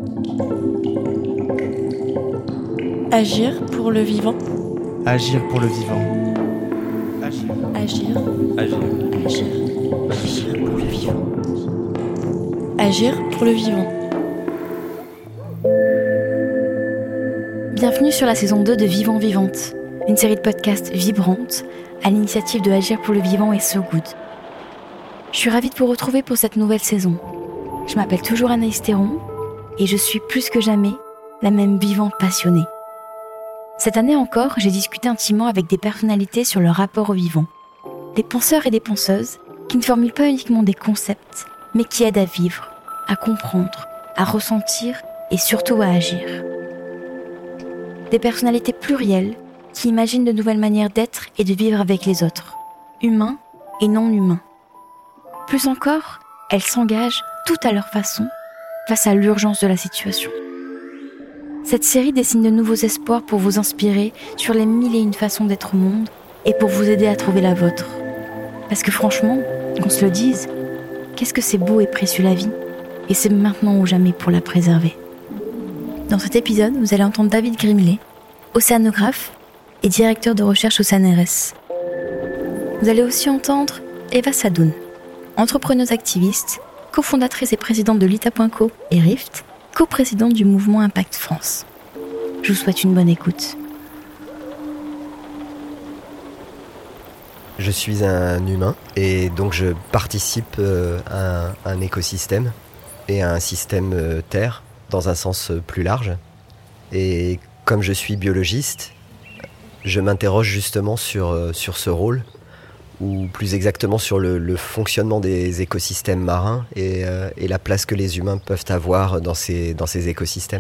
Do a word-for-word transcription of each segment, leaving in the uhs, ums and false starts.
Agir pour le vivant. Agir pour le vivant. Agir. Agir. Agir. Agir. Agir pour le vivant. Agir pour le vivant. Bienvenue sur la saison deux de Vivant Vivante, une série de podcasts vibrantes à l'initiative de Agir pour le vivant et So Good. Je suis ravie de vous retrouver pour cette nouvelle saison. Je m'appelle toujours Anaïs Théron et je suis plus que jamais la même vivante passionnée. Cette année encore, j'ai discuté intimement avec des personnalités sur leur rapport au vivant. Des penseurs et des penseuses qui ne formulent pas uniquement des concepts, mais qui aident à vivre, à comprendre, à ressentir et surtout à agir. Des personnalités plurielles qui imaginent de nouvelles manières d'être et de vivre avec les autres, humains et non humains. Plus encore, elles s'engagent toutes à leur façon face à l'urgence de la situation. Cette série dessine de nouveaux espoirs pour vous inspirer sur les mille et une façons d'être au monde et pour vous aider à trouver la vôtre. Parce que franchement, qu'on se le dise, qu'est-ce que c'est beau et précieux la vie, et c'est maintenant ou jamais pour la préserver. Dans cet épisode, vous allez entendre David Grimley, océanographe et directeur de recherche au C N R S. Vous allez aussi entendre Eva Sadoun, entrepreneuse activiste, cofondatrice et présidente de Lita point co et Rift, coprésidente du mouvement Impact France. Je vous souhaite une bonne écoute. Je suis un humain et donc je participe à un écosystème et à un système Terre dans un sens plus large. Et comme je suis biologiste, je m'interroge justement sur, sur ce rôle, ou plus exactement sur le, le fonctionnement des écosystèmes marins et, euh, et la place que les humains peuvent avoir dans ces, dans ces écosystèmes.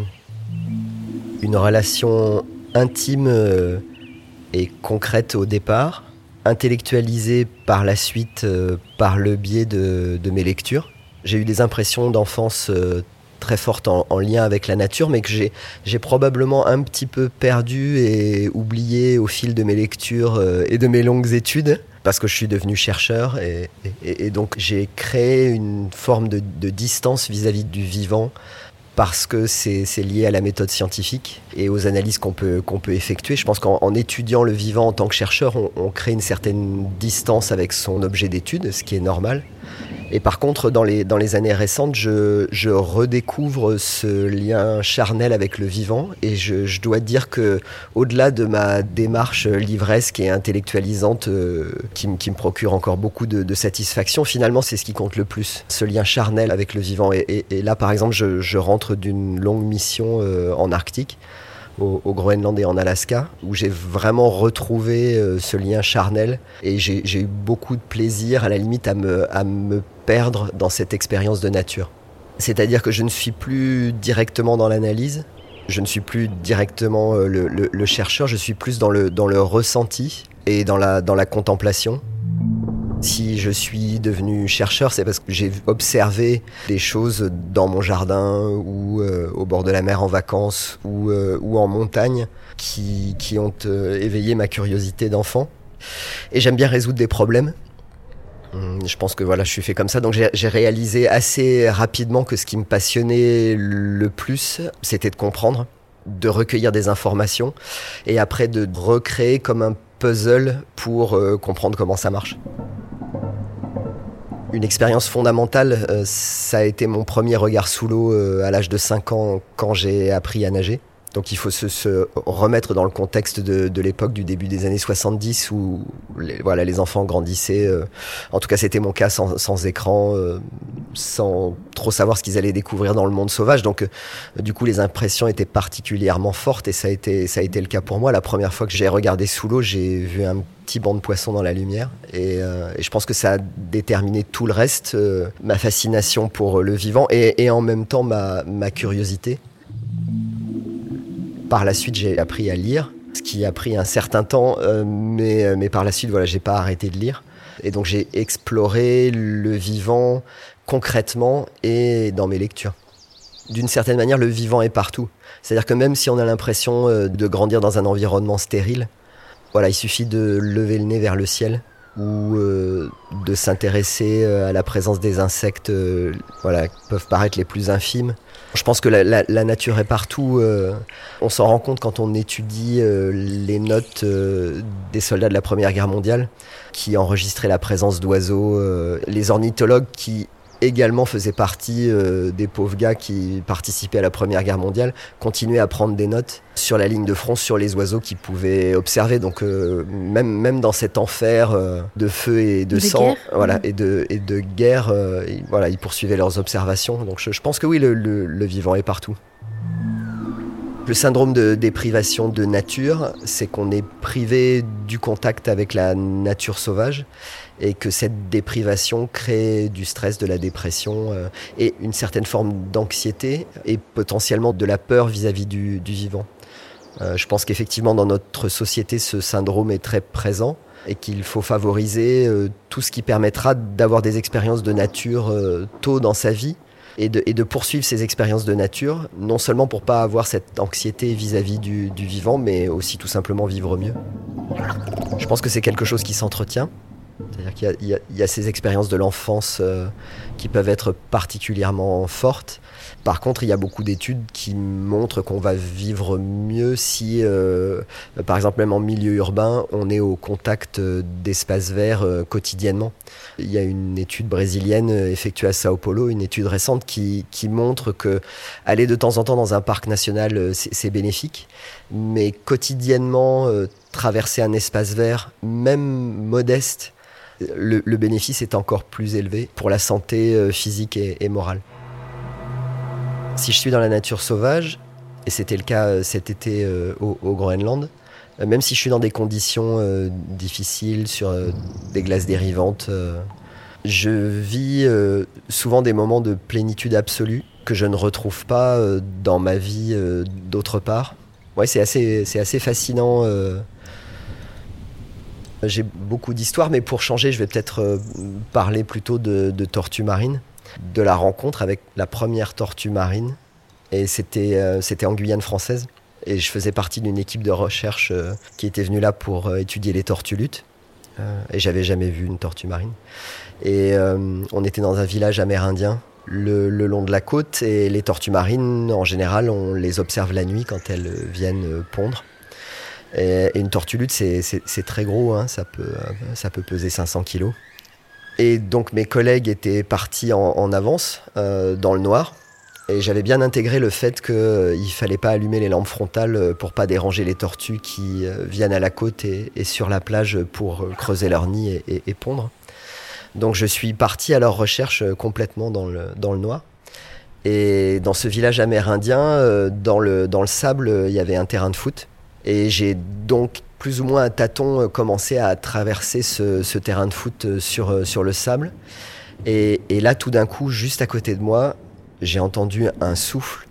Une relation intime euh, et concrète au départ, intellectualisée par la suite euh, par le biais de, de mes lectures. J'ai eu des impressions d'enfance euh, très fortes en, en lien avec la nature, mais que j'ai, j'ai probablement un petit peu perdu et oublié au fil de mes lectures euh, et de mes longues études, parce que je suis devenu chercheur et, et, et donc j'ai créé une forme de, de distance vis-à-vis du vivant parce que c'est, c'est lié à la méthode scientifique et aux analyses qu'on peut, qu'on peut effectuer. Je pense qu'en en étudiant le vivant en tant que chercheur, on, on crée une certaine distance avec son objet d'étude, ce qui est normal. Et par contre, dans les, dans les années récentes, je, je redécouvre ce lien charnel avec le vivant et je, je dois dire que, au-delà de ma démarche livresque et intellectualisante euh, qui, qui me procure encore beaucoup de, de satisfaction, finalement, c'est ce qui compte le plus, ce lien charnel avec le vivant. Et, et, et là, par exemple, je, je rentre d'une longue mission euh, en Arctique, Au, au Groenland et en Alaska, où j'ai vraiment retrouvé euh, ce lien charnel et j'ai, j'ai eu beaucoup de plaisir, à la limite, à me, à me perdre dans cette expérience de nature. C'est-à-dire que je ne suis plus directement dans l'analyse, je ne suis plus directement euh, le, le, le chercheur, je suis plus dans le, dans le ressenti et dans la, dans la contemplation. Si je suis devenu chercheur, c'est parce que j'ai observé des choses dans mon jardin ou euh, au bord de la mer en vacances ou, euh, ou en montagne qui, qui ont euh, éveillé ma curiosité d'enfant. Et j'aime bien résoudre des problèmes. Je pense que voilà, je suis fait comme ça. Donc j'ai, j'ai réalisé assez rapidement que ce qui me passionnait le plus, c'était de comprendre, de recueillir des informations et après de recréer comme un puzzle pour euh, comprendre comment ça marche. Une expérience fondamentale, euh, ça a été mon premier regard sous l'eau euh, à l'âge de cinq ans quand j'ai appris à nager. Donc il faut se, se remettre dans le contexte de, de l'époque du début des années soixante-dix où les, voilà, les enfants grandissaient. Euh, en tout cas, c'était mon cas, sans, sans écran, euh, sans trop savoir ce qu'ils allaient découvrir dans le monde sauvage. Donc euh, du coup, les impressions étaient particulièrement fortes et ça a été, ça a été le cas pour moi. La première fois que j'ai regardé sous l'eau, j'ai vu un petit banc de poissons dans la lumière et, euh, et je pense que ça a déterminé tout le reste, euh, ma fascination pour le vivant et, et en même temps ma, ma curiosité. Par la suite, j'ai appris à lire, ce qui a pris un certain temps, euh, mais, mais par la suite, voilà, j'ai pas arrêté de lire. Et donc, j'ai exploré le vivant concrètement et dans mes lectures. D'une certaine manière, le vivant est partout. C'est-à-dire que même si on a l'impression euh, de grandir dans un environnement stérile, voilà, il suffit de lever le nez vers le ciel ou euh, de s'intéresser à la présence des insectes euh, voilà, qui peuvent paraître les plus infimes. Je pense que la, la, la nature est partout. Euh, on s'en rend compte quand on étudie euh, les notes euh, des soldats de la Première Guerre mondiale qui enregistraient la présence d'oiseaux. Euh, les ornithologues qui également faisaient partie euh, des pauvres gars qui participaient à la Première Guerre mondiale continuaient à prendre des notes sur la ligne de front sur les oiseaux qu'ils pouvaient observer. Donc euh, même, même dans cet enfer euh, de feu et de, de sang voilà, mmh. et, de, et de guerre, euh, ils, voilà, ils poursuivaient leurs observations. Donc je, je pense que oui, le, le, le vivant est partout. Le syndrome de déprivation de nature, c'est qu'on est privé du contact avec la nature sauvage et que cette déprivation crée du stress, de la dépression euh, et une certaine forme d'anxiété et potentiellement de la peur vis-à-vis du, du vivant. Euh, je pense qu'effectivement dans notre société, ce syndrome est très présent et qu'il faut favoriser euh, tout ce qui permettra d'avoir des expériences de nature euh, tôt dans sa vie. Et de, et de poursuivre ces expériences de nature, non seulement pour ne pas avoir cette anxiété vis-à-vis du, du vivant, mais aussi tout simplement vivre mieux. Je pense que c'est quelque chose qui s'entretient. C'est-à-dire qu'il y a, il y a, il y a ces expériences de l'enfance euh, qui peuvent être particulièrement fortes. Par contre, il y a beaucoup d'études qui montrent qu'on va vivre mieux si, euh, par exemple, même en milieu urbain, on est au contact d'espaces verts euh, quotidiennement. Il y a une étude brésilienne effectuée à Sao Paulo, une étude récente qui, qui montre que aller de temps en temps dans un parc national, c'est, c'est bénéfique, mais quotidiennement, euh, traverser un espace vert, même modeste, le, le bénéfice est encore plus élevé pour la santé euh, physique et, et morale. Si je suis dans la nature sauvage, et c'était le cas cet été euh, au, au Groenland, euh, même si je suis dans des conditions euh, difficiles, sur euh, des glaces dérivantes, euh, je vis euh, souvent des moments de plénitude absolue que je ne retrouve pas euh, dans ma vie euh, d'autre part. Ouais, c'est assez, c'est assez fascinant. Euh. J'ai beaucoup d'histoires, mais pour changer, je vais peut-être euh, parler plutôt de, de tortues marines. De la rencontre avec la première tortue marine, et c'était, euh, c'était en Guyane française, et je faisais partie d'une équipe de recherche euh, qui était venue là pour euh, étudier les tortues luttes, euh, et j'avais jamais vu une tortue marine, et euh, on était dans un village amérindien le, le long de la côte, et les tortues marines en général on les observe la nuit quand elles viennent pondre, et, et une tortue lutte c'est, c'est, c'est très gros, hein, ça peut, ça peut peser cinq cents kilos. Et donc mes collègues étaient partis en, en avance, euh, dans le noir. Et j'avais bien intégré le fait qu'il euh, ne fallait pas allumer les lampes frontales pour pas déranger les tortues qui euh, viennent à la côte et, et sur la plage pour euh, creuser leur nid et, et, et pondre. Donc je suis parti à leur recherche euh, complètement dans le, dans le noir. Et dans ce village amérindien, euh, dans, le, dans le sable, il y avait un terrain de foot. Et j'ai donc plus ou moins à tâtons commencé à traverser ce, ce terrain de foot sur, sur le sable. Et, et là, tout d'un coup, juste à côté de moi, j'ai entendu un souffle.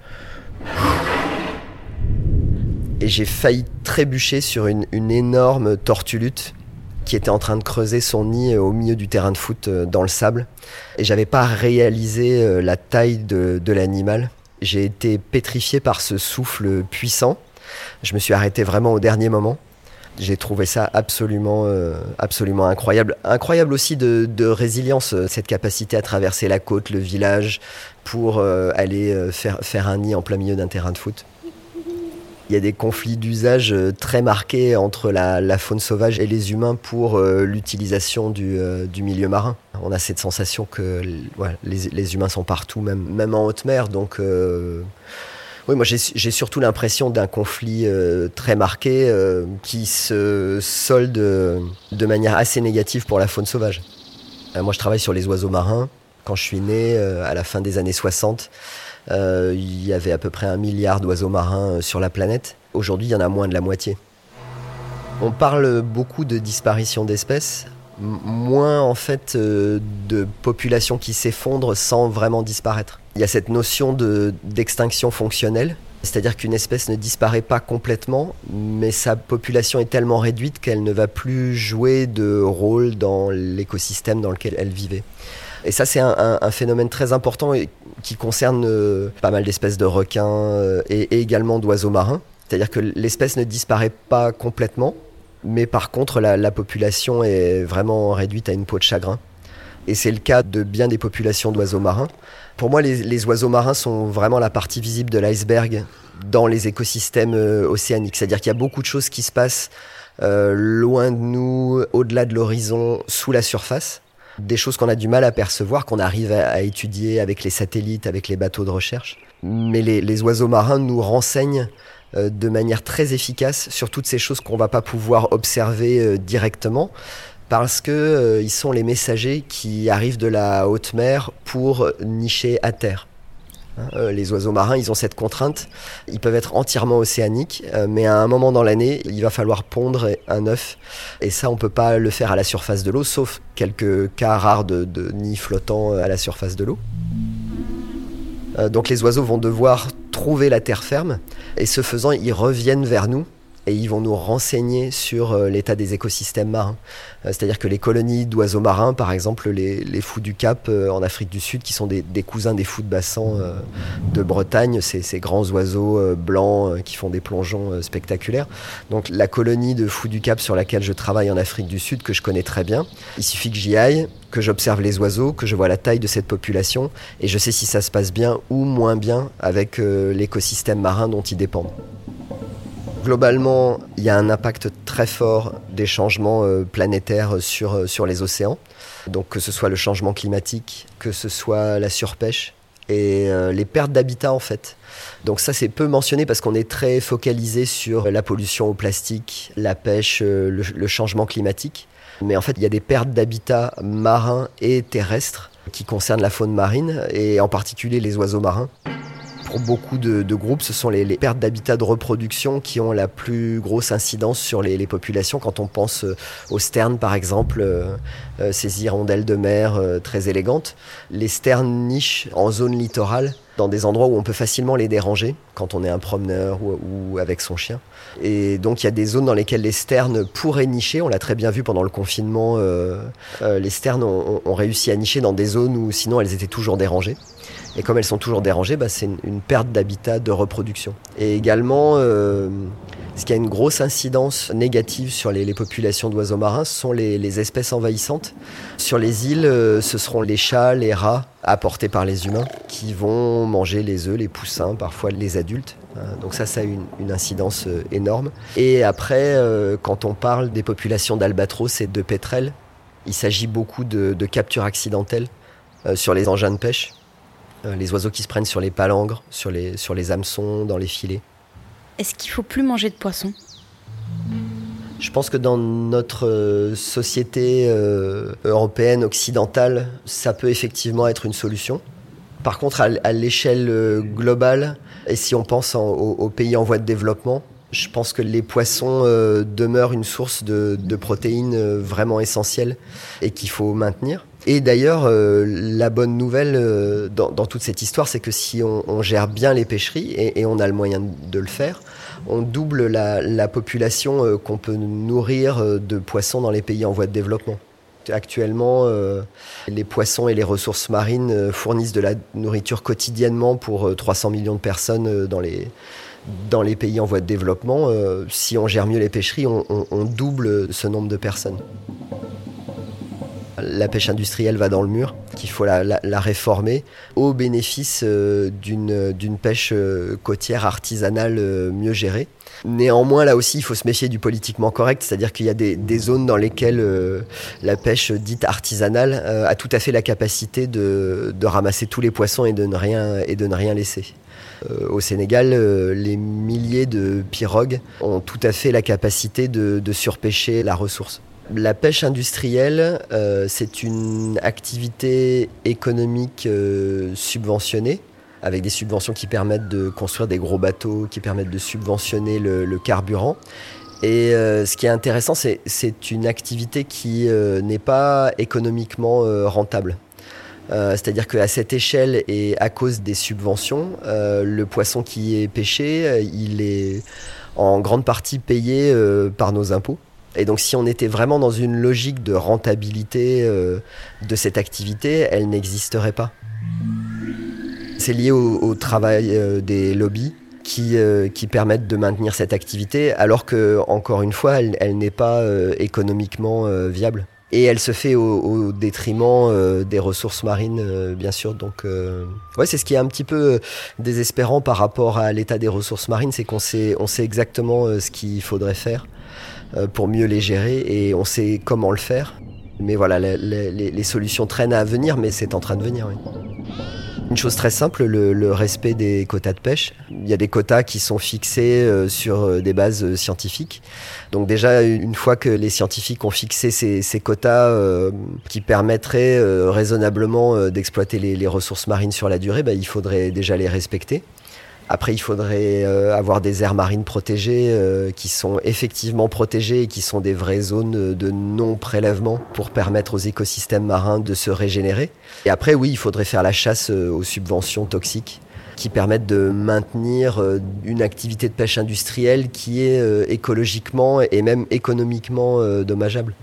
Et j'ai failli trébucher sur une, une énorme tortue lutte qui était en train de creuser son nid au milieu du terrain de foot dans le sable. Et j'avais pas réalisé la taille de, de l'animal. J'ai été pétrifié par ce souffle puissant. Je me suis arrêté vraiment au dernier moment. J'ai trouvé ça absolument, euh, absolument incroyable. Incroyable aussi de, de résilience, cette capacité à traverser la côte, le village, pour euh, aller euh, faire, faire un nid en plein milieu d'un terrain de foot. Il y a des conflits d'usage très marqués entre la, la faune sauvage et les humains pour euh, l'utilisation du, euh, du milieu marin. On a cette sensation que ouais, les, les humains sont partout, même, même en haute mer, donc... Euh, Oui, moi j'ai, j'ai surtout l'impression d'un conflit euh, très marqué euh, qui se solde euh, de manière assez négative pour la faune sauvage. Euh, moi je travaille sur les oiseaux marins. Quand je suis né, euh, à la fin des années soixante, euh, il y avait à peu près un milliard d'oiseaux marins sur la planète. Aujourd'hui, il y en a moins de la moitié. On parle beaucoup de disparition d'espèces, m- moins en fait euh, de populations qui s'effondrent sans vraiment disparaître. Il y a cette notion de, d'extinction fonctionnelle, c'est-à-dire qu'une espèce ne disparaît pas complètement, mais sa population est tellement réduite qu'elle ne va plus jouer de rôle dans l'écosystème dans lequel elle vivait. Et ça, c'est un, un, un phénomène très important et qui concerne euh, pas mal d'espèces de requins euh, et, et également d'oiseaux marins. C'est-à-dire que l'espèce ne disparaît pas complètement, Mais par contre, la, la population est vraiment réduite à une peau de chagrin. Et c'est le cas de bien des populations d'oiseaux marins. Pour moi, les, les oiseaux marins sont vraiment la partie visible de l'iceberg dans les écosystèmes euh, océaniques. C'est-à-dire qu'il y a beaucoup de choses qui se passent euh, loin de nous, au-delà de l'horizon, sous la surface. Des choses qu'on a du mal à percevoir, qu'on arrive à, à étudier avec les satellites, avec les bateaux de recherche. Mais les, les oiseaux marins nous renseignent euh, de manière très efficace sur toutes ces choses qu'on ne va pas pouvoir observer euh, directement, parce qu'ils euh, sont les messagers qui arrivent de la haute mer pour nicher à terre. Euh, les oiseaux marins, ils ont cette contrainte, ils peuvent être entièrement océaniques, euh, mais à un moment dans l'année, il va falloir pondre un œuf, et ça on ne peut pas le faire à la surface de l'eau, sauf quelques cas rares de, de nids flottants à la surface de l'eau. Euh, donc les oiseaux vont devoir trouver la terre ferme, et ce faisant, ils reviennent vers nous, et ils vont nous renseigner sur euh, l'état des écosystèmes marins. Euh, c'est-à-dire que les colonies d'oiseaux marins, par exemple les, les fous du Cap euh, en Afrique du Sud, qui sont des, des cousins des fous de bassin euh, de Bretagne, ces, ces grands oiseaux euh, blancs euh, qui font des plongeons euh, spectaculaires. Donc la colonie de fous du Cap sur laquelle je travaille en Afrique du Sud, que je connais très bien, il suffit que j'y aille, que j'observe les oiseaux, que je vois la taille de cette population, et je sais si ça se passe bien ou moins bien avec euh, l'écosystème marin dont ils dépendent. Globalement, il y a un impact très fort des changements euh, planétaires sur, euh, sur les océans. Donc que ce soit le changement climatique, que ce soit la surpêche et euh, les pertes d'habitat en fait. Donc ça c'est peu mentionné parce qu'on est très focalisé sur la pollution au plastique, la pêche, euh, le, le changement climatique. Mais en fait il y a des pertes d'habitat marins et terrestres qui concernent la faune marine et en particulier les oiseaux marins. Pour beaucoup de, de groupes, ce sont les, les pertes d'habitat de reproduction qui ont la plus grosse incidence sur les, les populations. Quand on pense euh, aux sternes, par exemple, euh, euh, ces hirondelles de mer euh, très élégantes, les sternes nichent en zone littorale, dans des endroits où on peut facilement les déranger, quand on est un promeneur ou, ou avec son chien. Et donc il y a des zones dans lesquelles les sternes pourraient nicher. On l'a très bien vu pendant le confinement. Euh, euh, les sternes ont, ont réussi à nicher dans des zones où sinon elles étaient toujours dérangées. Et comme elles sont toujours dérangées, bah, c'est une, une perte d'habitat de reproduction. Et également, euh, ce qui a une grosse incidence négative sur les, les populations d'oiseaux marins, ce sont les, les espèces envahissantes. Sur les îles, euh, ce seront les chats, les rats, apportés par les humains, qui vont manger les œufs, les poussins, parfois les adultes. Euh, donc ça, ça a une, une incidence euh, énorme. Et après, euh, quand on parle des populations d'albatros et de pétrels, il s'agit beaucoup de, de captures accidentelles euh, sur les engins de pêche. Les oiseaux qui se prennent sur les palangres, sur les, sur les hameçons, dans les filets. Est-ce qu'il ne faut plus manger de poissons ? Je pense que dans notre société euh, européenne, occidentale, ça peut effectivement être une solution. Par contre, à, à l'échelle globale, et si on pense en, aux, aux pays en voie de développement, je pense que les poissons euh, demeurent une source de, de protéines euh, vraiment essentielle et qu'il faut maintenir. Et d'ailleurs, euh, la bonne nouvelle euh, dans, dans toute cette histoire, c'est que si on, on gère bien les pêcheries, et, et on a le moyen de le faire, on double la, la population euh, qu'on peut nourrir euh, de poissons dans les pays en voie de développement. Actuellement, euh, les poissons et les ressources marines euh, fournissent de la nourriture quotidiennement pour euh, trois cents millions de personnes euh, dans les... Dans les pays en voie de développement, euh, si on gère mieux les pêcheries, on, on, on double ce nombre de personnes. La pêche industrielle va dans le mur, qu'il faut la, la, la réformer au bénéfice euh, d'une, d'une pêche euh, côtière artisanale euh, mieux gérée. Néanmoins, là aussi, il faut se méfier du politiquement correct, c'est-à-dire qu'il y a des, des zones dans lesquelles euh, la pêche dite artisanale euh, a tout à fait la capacité de, de ramasser tous les poissons et de ne rien, et de ne rien laisser. Euh, au Sénégal, euh, les milliers de pirogues ont tout à fait la capacité de, de surpêcher la ressource. La pêche industrielle, euh, c'est une activité économique euh, subventionnée, avec des subventions qui permettent de construire des gros bateaux, qui permettent de subventionner le, le carburant. Et euh, ce qui est intéressant, c'est, c'est une activité qui euh, n'est pas économiquement euh, rentable. Euh, c'est-à-dire qu'à cette échelle et à cause des subventions, euh, le poisson qui est pêché, euh, il est en grande partie payé euh, par nos impôts. Et donc si on était vraiment dans une logique de rentabilité euh, de cette activité, elle n'existerait pas. C'est lié au, au travail euh, des lobbies qui, euh, qui permettent de maintenir cette activité, alors que, encore une fois, elle, elle n'est pas euh, économiquement euh, viable. Et elle se fait au, au détriment euh, des ressources marines, euh, bien sûr. Donc, euh, ouais, c'est ce qui est un petit peu désespérant par rapport à l'état des ressources marines, c'est qu'on sait, on sait exactement euh, ce qu'il faudrait faire euh, pour mieux les gérer, et on sait comment le faire. Mais voilà, les, les, les solutions traînent à venir, mais c'est en train de venir, oui. Une chose très simple, le, le respect des quotas de pêche. Il y a des quotas qui sont fixés euh, sur des bases euh, scientifiques. Donc déjà, une fois que les scientifiques ont fixé ces, ces quotas euh, qui permettraient euh, raisonnablement euh, d'exploiter les, les ressources marines sur la durée, bah, il faudrait déjà les respecter. Après, il faudrait euh, avoir des aires marines protégées euh, qui sont effectivement protégées et qui sont des vraies zones de non-prélèvement pour permettre aux écosystèmes marins de se régénérer. Et après, oui, il faudrait faire la chasse euh, aux subventions toxiques qui permettent de maintenir euh, une activité de pêche industrielle qui est euh, écologiquement et même économiquement euh, dommageable.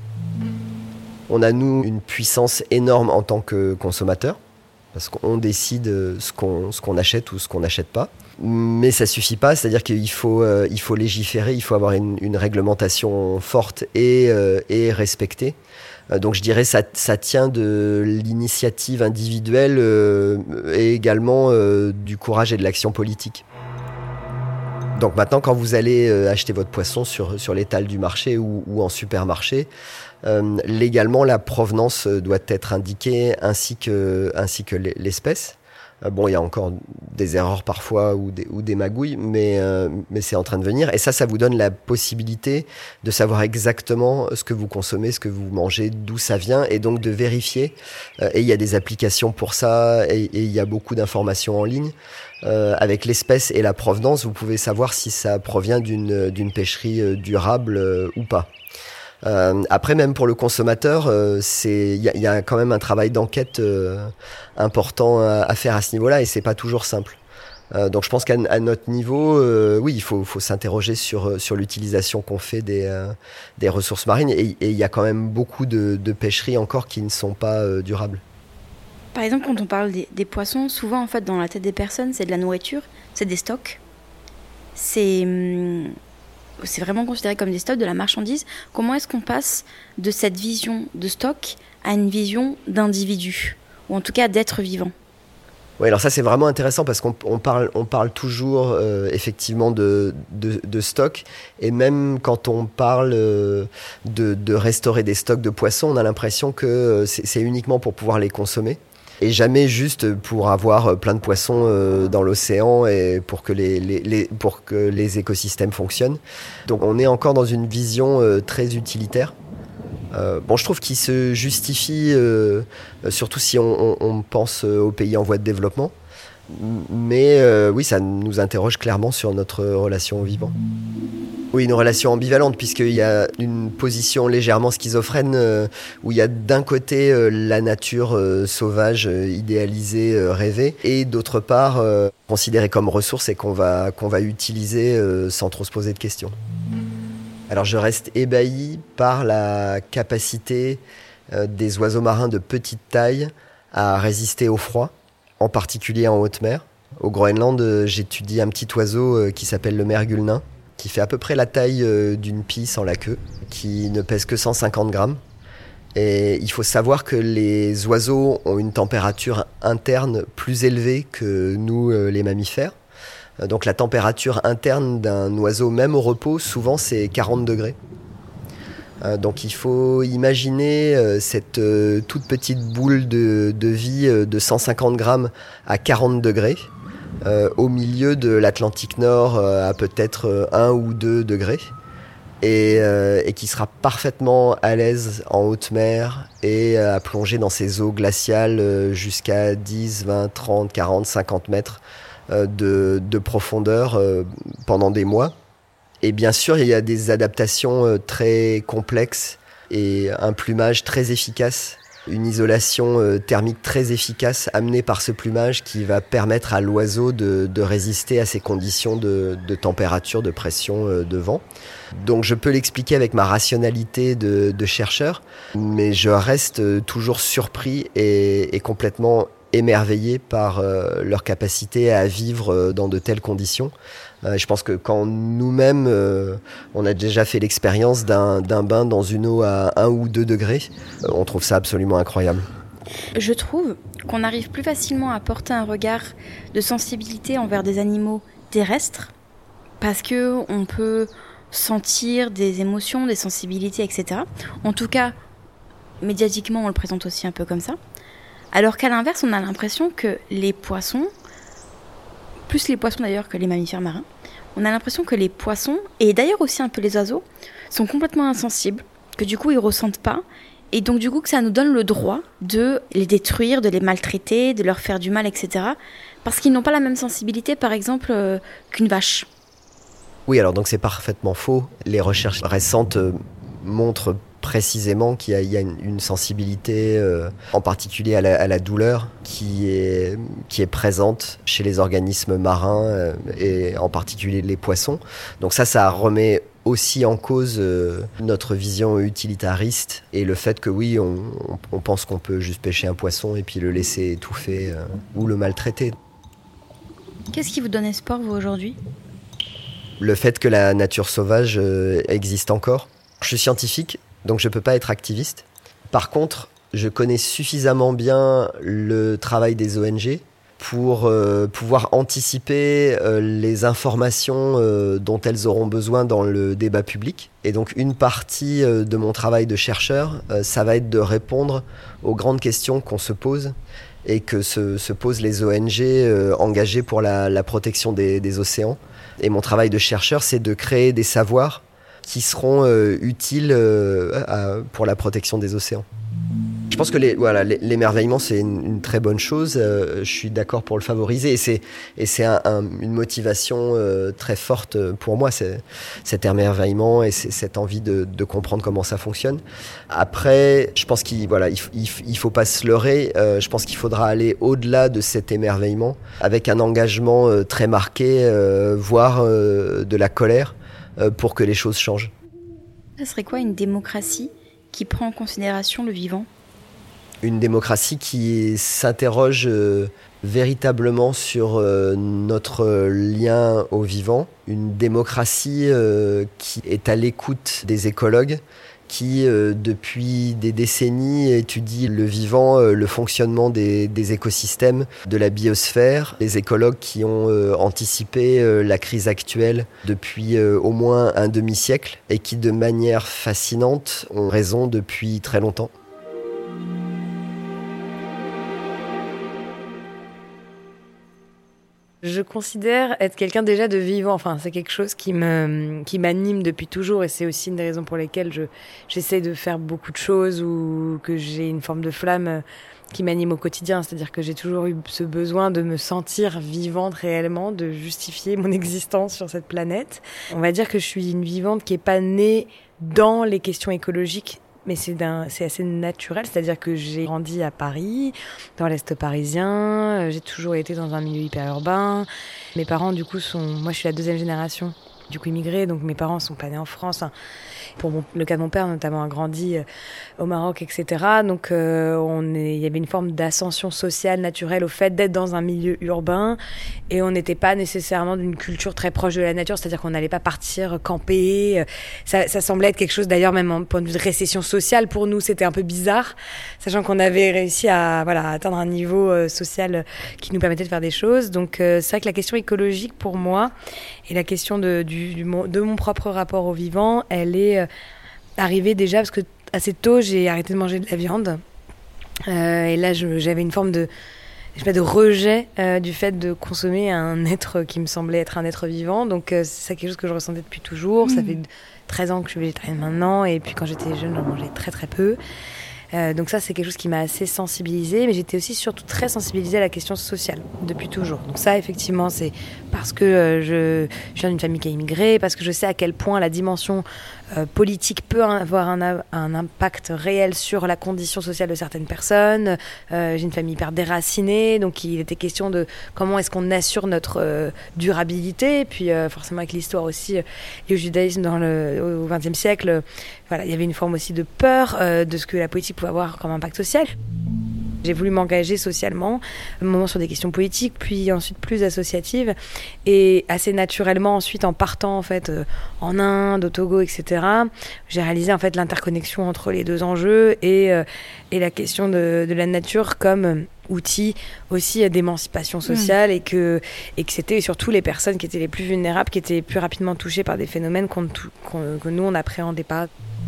On a, nous, une puissance énorme en tant que consommateurs, parce qu'on décide ce qu'on, ce qu'on achète ou ce qu'on n'achète pas. Mais ça suffit pas, c'est-à-dire qu'il faut, euh, il faut légiférer, il faut avoir une, une réglementation forte et, euh, et respectée. Euh, donc je dirais que ça, ça tient de l'initiative individuelle euh, et également euh, du courage et de l'action politique. Donc maintenant, quand vous allez euh, acheter votre poisson sur, sur l'étal du marché ou, ou en supermarché, euh, légalement, la provenance doit être indiquée ainsi que, ainsi que l'espèce. Bon, il y a encore des erreurs parfois ou des, ou des magouilles, mais, euh, mais c'est en train de venir. Et ça, ça vous donne la possibilité de savoir exactement ce que vous consommez, ce que vous mangez, d'où ça vient, et donc de vérifier. Euh, et il y a des applications pour ça, et, et il y a beaucoup d'informations en ligne. Euh, avec l'espèce et la provenance, vous pouvez savoir si ça provient d'une, d'une pêcherie durable euh, ou pas. Euh, après, même pour le consommateur, euh, c'est il y, y a quand même un travail d'enquête euh, important à, à faire à ce niveau-là, et c'est pas toujours simple. Euh, donc, je pense qu'à à notre niveau, euh, oui, il faut, faut s'interroger sur sur l'utilisation qu'on fait des euh, des ressources marines, et il y a quand même beaucoup de, de pêcheries encore qui ne sont pas euh, durables. Par exemple, quand on parle des, des poissons, souvent, en fait, dans la tête des personnes, c'est de la nourriture, c'est des stocks, c'est hum, c'est vraiment considéré comme des stocks, de la marchandise. Comment est-ce qu'on passe de cette vision de stock à une vision d'individu, ou en tout cas d'être vivant ? Oui, alors ça c'est vraiment intéressant parce qu'on on parle, on parle toujours euh, effectivement de, de, de stock, et même quand on parle euh, de, de restaurer des stocks de poissons, on a l'impression que euh, c'est, c'est uniquement pour pouvoir les consommer. Et jamais juste pour avoir plein de poissons euh, dans l'océan et pour que les, les, les, pour que les écosystèmes fonctionnent. Donc on est encore dans une vision euh, très utilitaire. Euh, bon, je trouve qu'il se justifie, euh, surtout si on, on, on pense aux pays en voie de développement. Mais euh, oui, ça nous interroge clairement sur notre relation au vivant. Oui, une relation ambivalente, puisqu'il y a une position légèrement schizophrène euh, où il y a d'un côté euh, la nature euh, sauvage, euh, idéalisée, euh, rêvée, et d'autre part euh, considérée comme ressource et qu'on va, qu'on va utiliser euh, sans trop se poser de questions. Alors je reste ébahi par la capacité euh, des oiseaux marins de petite taille à résister au froid, en particulier en haute mer. Au Groenland, euh, j'étudie un petit oiseau euh, qui s'appelle le mergule nain, qui fait à peu près la taille euh, d'une pie sans la queue, qui ne pèse que cent cinquante grammes. Et il faut savoir que les oiseaux ont une température interne plus élevée que nous, euh, les mammifères. Donc la température interne d'un oiseau, même au repos, souvent c'est quarante degrés. Euh, donc il faut imaginer euh, cette euh, toute petite boule de, de vie euh, de cent cinquante grammes à quarante degrés. Euh, au milieu de l'Atlantique Nord euh, à peut-être euh, un ou deux degrés, et, euh, et qui sera parfaitement à l'aise en haute mer et euh, à plonger dans ces eaux glaciales euh, jusqu'à dix, vingt, trente, quarante, cinquante mètres euh, de, de profondeur euh, pendant des mois. Et bien sûr, il y a des adaptations euh, très complexes et un plumage très efficace. Une isolation euh, thermique très efficace amenée par ce plumage qui va permettre à l'oiseau de, de résister à ces conditions de, de température, de pression, euh, de vent. Donc je peux l'expliquer avec ma rationalité de, de chercheur, mais je reste toujours surpris et, et complètement émerveillés par euh, leur capacité à vivre euh, dans de telles conditions. Euh, je pense que quand nous-mêmes, euh, on a déjà fait l'expérience d'un, d'un bain dans une eau à un ou deux degrés, euh, on trouve ça absolument incroyable. Je trouve qu'on arrive plus facilement à porter un regard de sensibilité envers des animaux terrestres parce qu'on peut sentir des émotions, des sensibilités, et cetera. En tout cas, médiatiquement, on le présente aussi un peu comme ça. Alors qu'à l'inverse, on a l'impression que les poissons, plus les poissons d'ailleurs que les mammifères marins, on a l'impression que les poissons, et d'ailleurs aussi un peu les oiseaux, sont complètement insensibles, que du coup ils ressentent pas, et donc du coup que ça nous donne le droit de les détruire, de les maltraiter, de leur faire du mal, et cetera. Parce qu'ils n'ont pas la même sensibilité, par exemple, euh, qu'une vache. Oui, alors donc c'est parfaitement faux. Les recherches récentes euh, montrent précisément qu'il y a, il y a une, une sensibilité, euh, en particulier à la, à la douleur, qui est, qui est présente chez les organismes marins euh, et en particulier les poissons. Donc ça, ça remet aussi en cause euh, notre vision utilitariste et le fait que oui, on, on, on pense qu'on peut juste pêcher un poisson et puis le laisser étouffer euh, ou le maltraiter. Qu'est-ce qui vous donne espoir, vous, aujourd'hui ? Le fait que la nature sauvage euh, existe encore. Je suis scientifique, donc je ne peux pas être activiste. Par contre, je connais suffisamment bien le travail des O N G pour euh, pouvoir anticiper euh, les informations euh, dont elles auront besoin dans le débat public. Et donc une partie euh, de mon travail de chercheur, euh, ça va être de répondre aux grandes questions qu'on se pose et que se, se posent les O N G euh, engagés pour la, la protection des, des océans. Et mon travail de chercheur, c'est de créer des savoirs qui seront euh, utiles euh, à, pour la protection des océans. Je pense que les, voilà, l'émerveillement, c'est une, une très bonne chose. Euh, je suis d'accord pour le favoriser. Et c'est, et c'est un, un, une motivation euh, très forte pour moi, c'est, cet émerveillement et c'est, cette envie de, de comprendre comment ça fonctionne. Après, je pense qu'il voilà, il, il, il faut pas se leurrer. Euh, je pense qu'il faudra aller au-delà de cet émerveillement avec un engagement euh, très marqué, euh, voire euh, de la colère, euh, pour que les choses changent. Ça serait quoi une démocratie qui prend en considération le vivant ? Une démocratie qui s'interroge euh, véritablement sur euh, notre lien au vivant. Une démocratie euh, qui est à l'écoute des écologues, qui euh, depuis des décennies étudie le vivant, euh, le fonctionnement des, des écosystèmes, de la biosphère. Les écologues qui ont euh, anticipé euh, la crise actuelle depuis euh, au moins un demi-siècle et qui de manière fascinante ont raison depuis très longtemps. Je considère être quelqu'un déjà de vivant. Enfin, c'est quelque chose qui me, qui m'anime depuis toujours et c'est aussi une des raisons pour lesquelles je, j'essaie de faire beaucoup de choses ou que j'ai une forme de flamme qui m'anime au quotidien. C'est-à-dire que j'ai toujours eu ce besoin de me sentir vivante réellement, de justifier mon existence sur cette planète. On va dire que je suis une vivante qui est pas née dans les questions écologiques, mais c'est, d'un, c'est assez naturel, c'est-à-dire que j'ai grandi à Paris, dans l'Est parisien, j'ai toujours été dans un milieu hyper urbain. Mes parents, du coup, sont... Moi, je suis la deuxième génération, du coup, immigrée, donc mes parents sont pas nés en France. Pour mon... le cas de mon père, notamment, a grandi au Maroc, et cetera. Donc, euh, on est... il y avait une forme d'ascension sociale naturelle au fait d'être dans un milieu urbain, et on n'était pas nécessairement d'une culture très proche de la nature, c'est-à-dire qu'on n'allait pas partir camper. Ça, ça semblait être quelque chose, d'ailleurs, même en point de vue de récession sociale, pour nous, c'était un peu bizarre, sachant qu'on avait réussi à, voilà, à atteindre un niveau euh, social qui nous permettait de faire des choses. Donc, euh, c'est vrai que la question écologique, pour moi, et la question de, du, du, de mon propre rapport au vivant, elle est euh, arrivée déjà parce que assez tôt, j'ai arrêté de manger de la viande. Euh, et là, je, j'avais une forme de, je sais pas, de rejet euh, du fait de consommer un être qui me semblait être un être vivant. Donc, euh, c'est quelque chose que je ressentais depuis toujours. Mmh. Ça fait treize ans que je suis végétarienne maintenant. Et puis, quand j'étais jeune, j'en mangeais très, très peu. Euh, donc ça, c'est quelque chose qui m'a assez sensibilisée, mais j'étais aussi surtout très sensibilisée à la question sociale depuis toujours. Donc ça, effectivement, c'est parce que euh, je, je viens d'une famille qui a immigré, parce que je sais à quel point la dimension euh, politique peut avoir un, un impact réel sur la condition sociale de certaines personnes. Euh, j'ai une famille hyper déracinée, donc il était question de comment est-ce qu'on assure notre euh, durabilité, et puis euh, forcément avec l'histoire aussi euh, et au judaïsme dans le, au vingtième siècle, euh, voilà, il y avait une forme aussi de peur euh, de ce que la politique pouvait avoir comme impact social. J'ai voulu m'engager socialement, un moment sur des questions politiques, puis ensuite plus associatives, et assez naturellement ensuite en partant en fait euh, en Inde, au Togo, et cetera. J'ai réalisé en fait l'interconnexion entre les deux enjeux et euh, et la question de, de la nature comme euh, outil aussi d'émancipation sociale, mmh. et que et que c'était surtout les personnes qui étaient les plus vulnérables, qui étaient les plus rapidement touchées par des phénomènes qu'on, qu'on, que nous on n'appréhendait pas.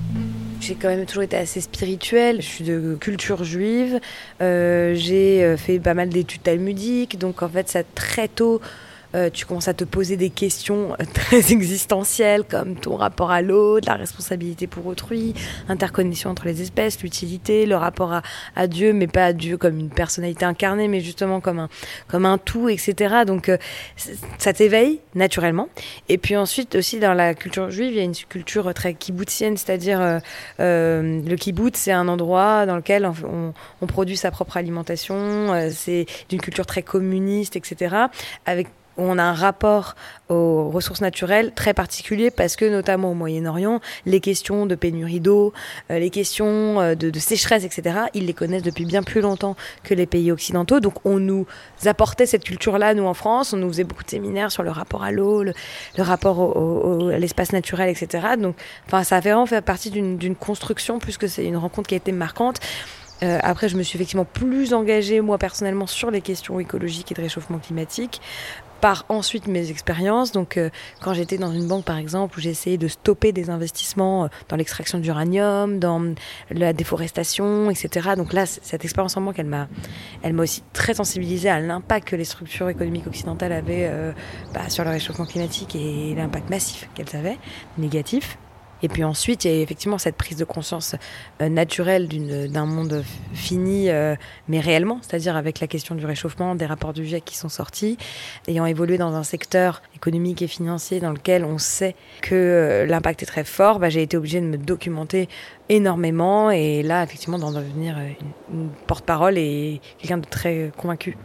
J'ai quand même toujours été assez spirituelle, je suis de culture juive, euh, j'ai fait pas mal d'études talmudiques, donc en fait ça très tôt, euh, tu commences à te poser des questions très existentielles comme ton rapport à l'autre, la responsabilité pour autrui, l'interconnexion entre les espèces, l'utilité, le rapport à, à Dieu, mais pas à Dieu comme une personnalité incarnée, mais justement comme un, comme un tout, et cetera. Donc euh, ça t'éveille naturellement. Et puis ensuite aussi dans la culture juive, il y a une culture très kibboutzienne, c'est-à-dire euh, euh, le kibbutz, c'est un endroit dans lequel on, on, on produit sa propre alimentation, euh, c'est d'une culture très communiste, et cetera, avec où on a un rapport aux ressources naturelles très particulier parce que, notamment au Moyen-Orient, les questions de pénurie d'eau, euh, les questions euh, de, de sécheresse, et cetera, ils les connaissent depuis bien plus longtemps que les pays occidentaux. Donc, on nous apportait cette culture-là, nous, en France. On nous faisait beaucoup de séminaires sur le rapport à l'eau, le, le rapport au, au, à l'espace naturel, et cetera. Donc, enfin, ça a vraiment fait partie d'une, d'une construction plus que c'est une rencontre qui a été marquante. Euh, après, je me suis effectivement plus engagée, moi, personnellement, sur les questions écologiques et de réchauffement climatique, par ensuite mes expériences. Donc, euh, quand j'étais dans une banque, par exemple, où j'ai essayé de stopper des investissements dans l'extraction d'uranium, dans la déforestation, et cetera. Donc là, c- cette expérience en banque, elle m'a, elle m'a aussi très sensibilisée à l'impact que les structures économiques occidentales avaient euh, bah, sur le réchauffement climatique et l'impact massif qu'elles avaient, négatif. Et puis ensuite, il y a effectivement cette prise de conscience euh, naturelle d'une, d'un monde fini, euh, mais réellement, c'est-à-dire avec la question du réchauffement, des rapports du GIEC qui sont sortis, ayant évolué dans un secteur économique et financier dans lequel on sait que euh, l'impact est très fort, bah, j'ai été obligée de me documenter énormément et là, effectivement, d'en devenir une, une porte-parole et quelqu'un de très convaincu.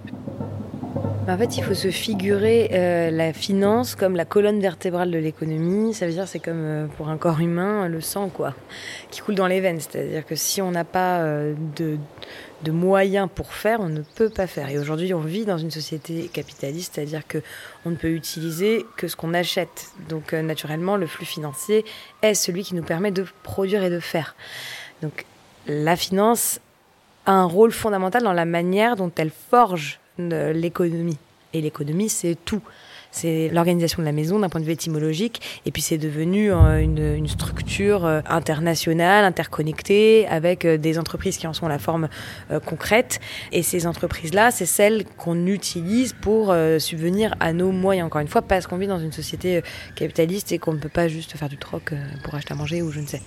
En fait, il faut se figurer euh, la finance comme la colonne vertébrale de l'économie. Ça veut dire c'est comme euh, pour un corps humain, le sang quoi, qui coule dans les veines. C'est-à-dire que si on n'a pas euh, de, de moyens pour faire, on ne peut pas faire. Et aujourd'hui, on vit dans une société capitaliste, c'est-à-dire qu'on ne peut utiliser que ce qu'on achète. Donc euh, naturellement, le flux financier est celui qui nous permet de produire et de faire. Donc la finance a un rôle fondamental dans la manière dont elle forge l'économie. Et l'économie, c'est tout. C'est l'organisation de la maison d'un point de vue étymologique. Et puis, c'est devenu une, une structure internationale, interconnectée, avec des entreprises qui en sont la forme euh, concrète. Et ces entreprises-là, c'est celles qu'on utilise pour euh, subvenir à nos moyens. Encore une fois, parce qu'on vit dans une société capitaliste et qu'on ne peut pas juste faire du troc pour acheter à manger ou je ne sais.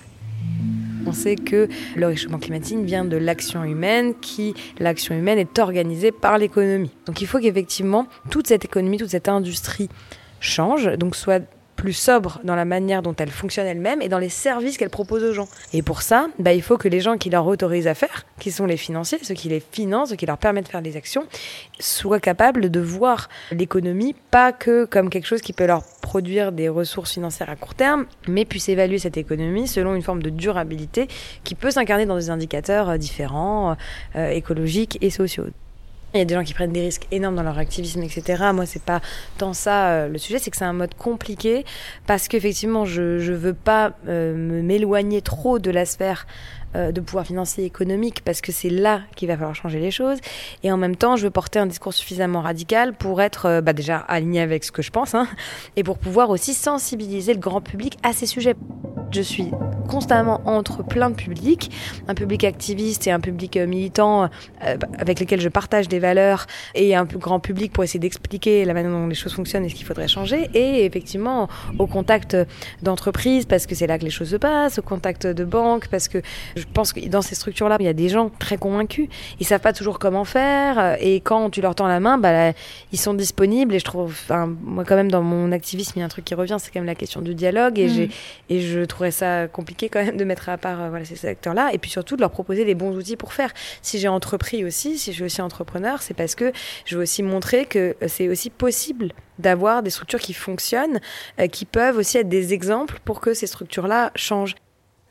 On sait que le réchauffement climatique vient de l'action humaine, qui, l'action humaine est organisée par l'économie. Donc il faut qu'effectivement, toute cette économie, toute cette industrie change, donc soit plus sobre dans la manière dont elle fonctionne elle-même et dans les services qu'elle propose aux gens. Et pour ça, bah, il faut que les gens qui leur autorisent à faire, qui sont les financiers, ceux qui les financent, ceux qui leur permettent de faire des actions, soient capables de voir l'économie pas que comme quelque chose qui peut leur produire des ressources financières à court terme, mais puissent évaluer cette économie selon une forme de durabilité qui peut s'incarner dans des indicateurs différents, euh, écologiques et sociaux. Il y a des gens qui prennent des risques énormes dans leur activisme, et cetera. Moi, c'est pas tant ça euh, le sujet, c'est que c'est un mode compliqué parce qu'effectivement, je je veux pas euh, me m'éloigner trop de la sphère euh, de pouvoir financier économique parce que c'est là qu'il va falloir changer les choses. Et en même temps, je veux porter un discours suffisamment radical pour être euh, bah, déjà aligné avec ce que je pense, hein, et pour pouvoir aussi sensibiliser le grand public à ces sujets. Je suis constamment entre plein de publics, un public activiste et un public militant euh, avec lesquels je partage des valeurs et un plus grand public pour essayer d'expliquer la manière dont les choses fonctionnent et ce qu'il faudrait changer, et effectivement au contact d'entreprises parce que c'est là que les choses se passent, au contact de banques parce que je pense que dans ces structures-là, il y a des gens très convaincus, ils savent pas toujours comment faire et quand tu leur tends la main, bah, là, ils sont disponibles et je trouve, enfin, moi quand même dans mon activisme, il y a un truc qui revient, c'est quand même la question du dialogue et, mmh. j'ai, et je trouve ça compliqué quand même de mettre à part euh, voilà, ces secteurs-là et puis surtout de leur proposer les bons outils pour faire. Si j'ai entrepris aussi, si je suis aussi entrepreneur, c'est parce que je veux aussi montrer que c'est aussi possible d'avoir des structures qui fonctionnent, euh, qui peuvent aussi être des exemples pour que ces structures-là changent.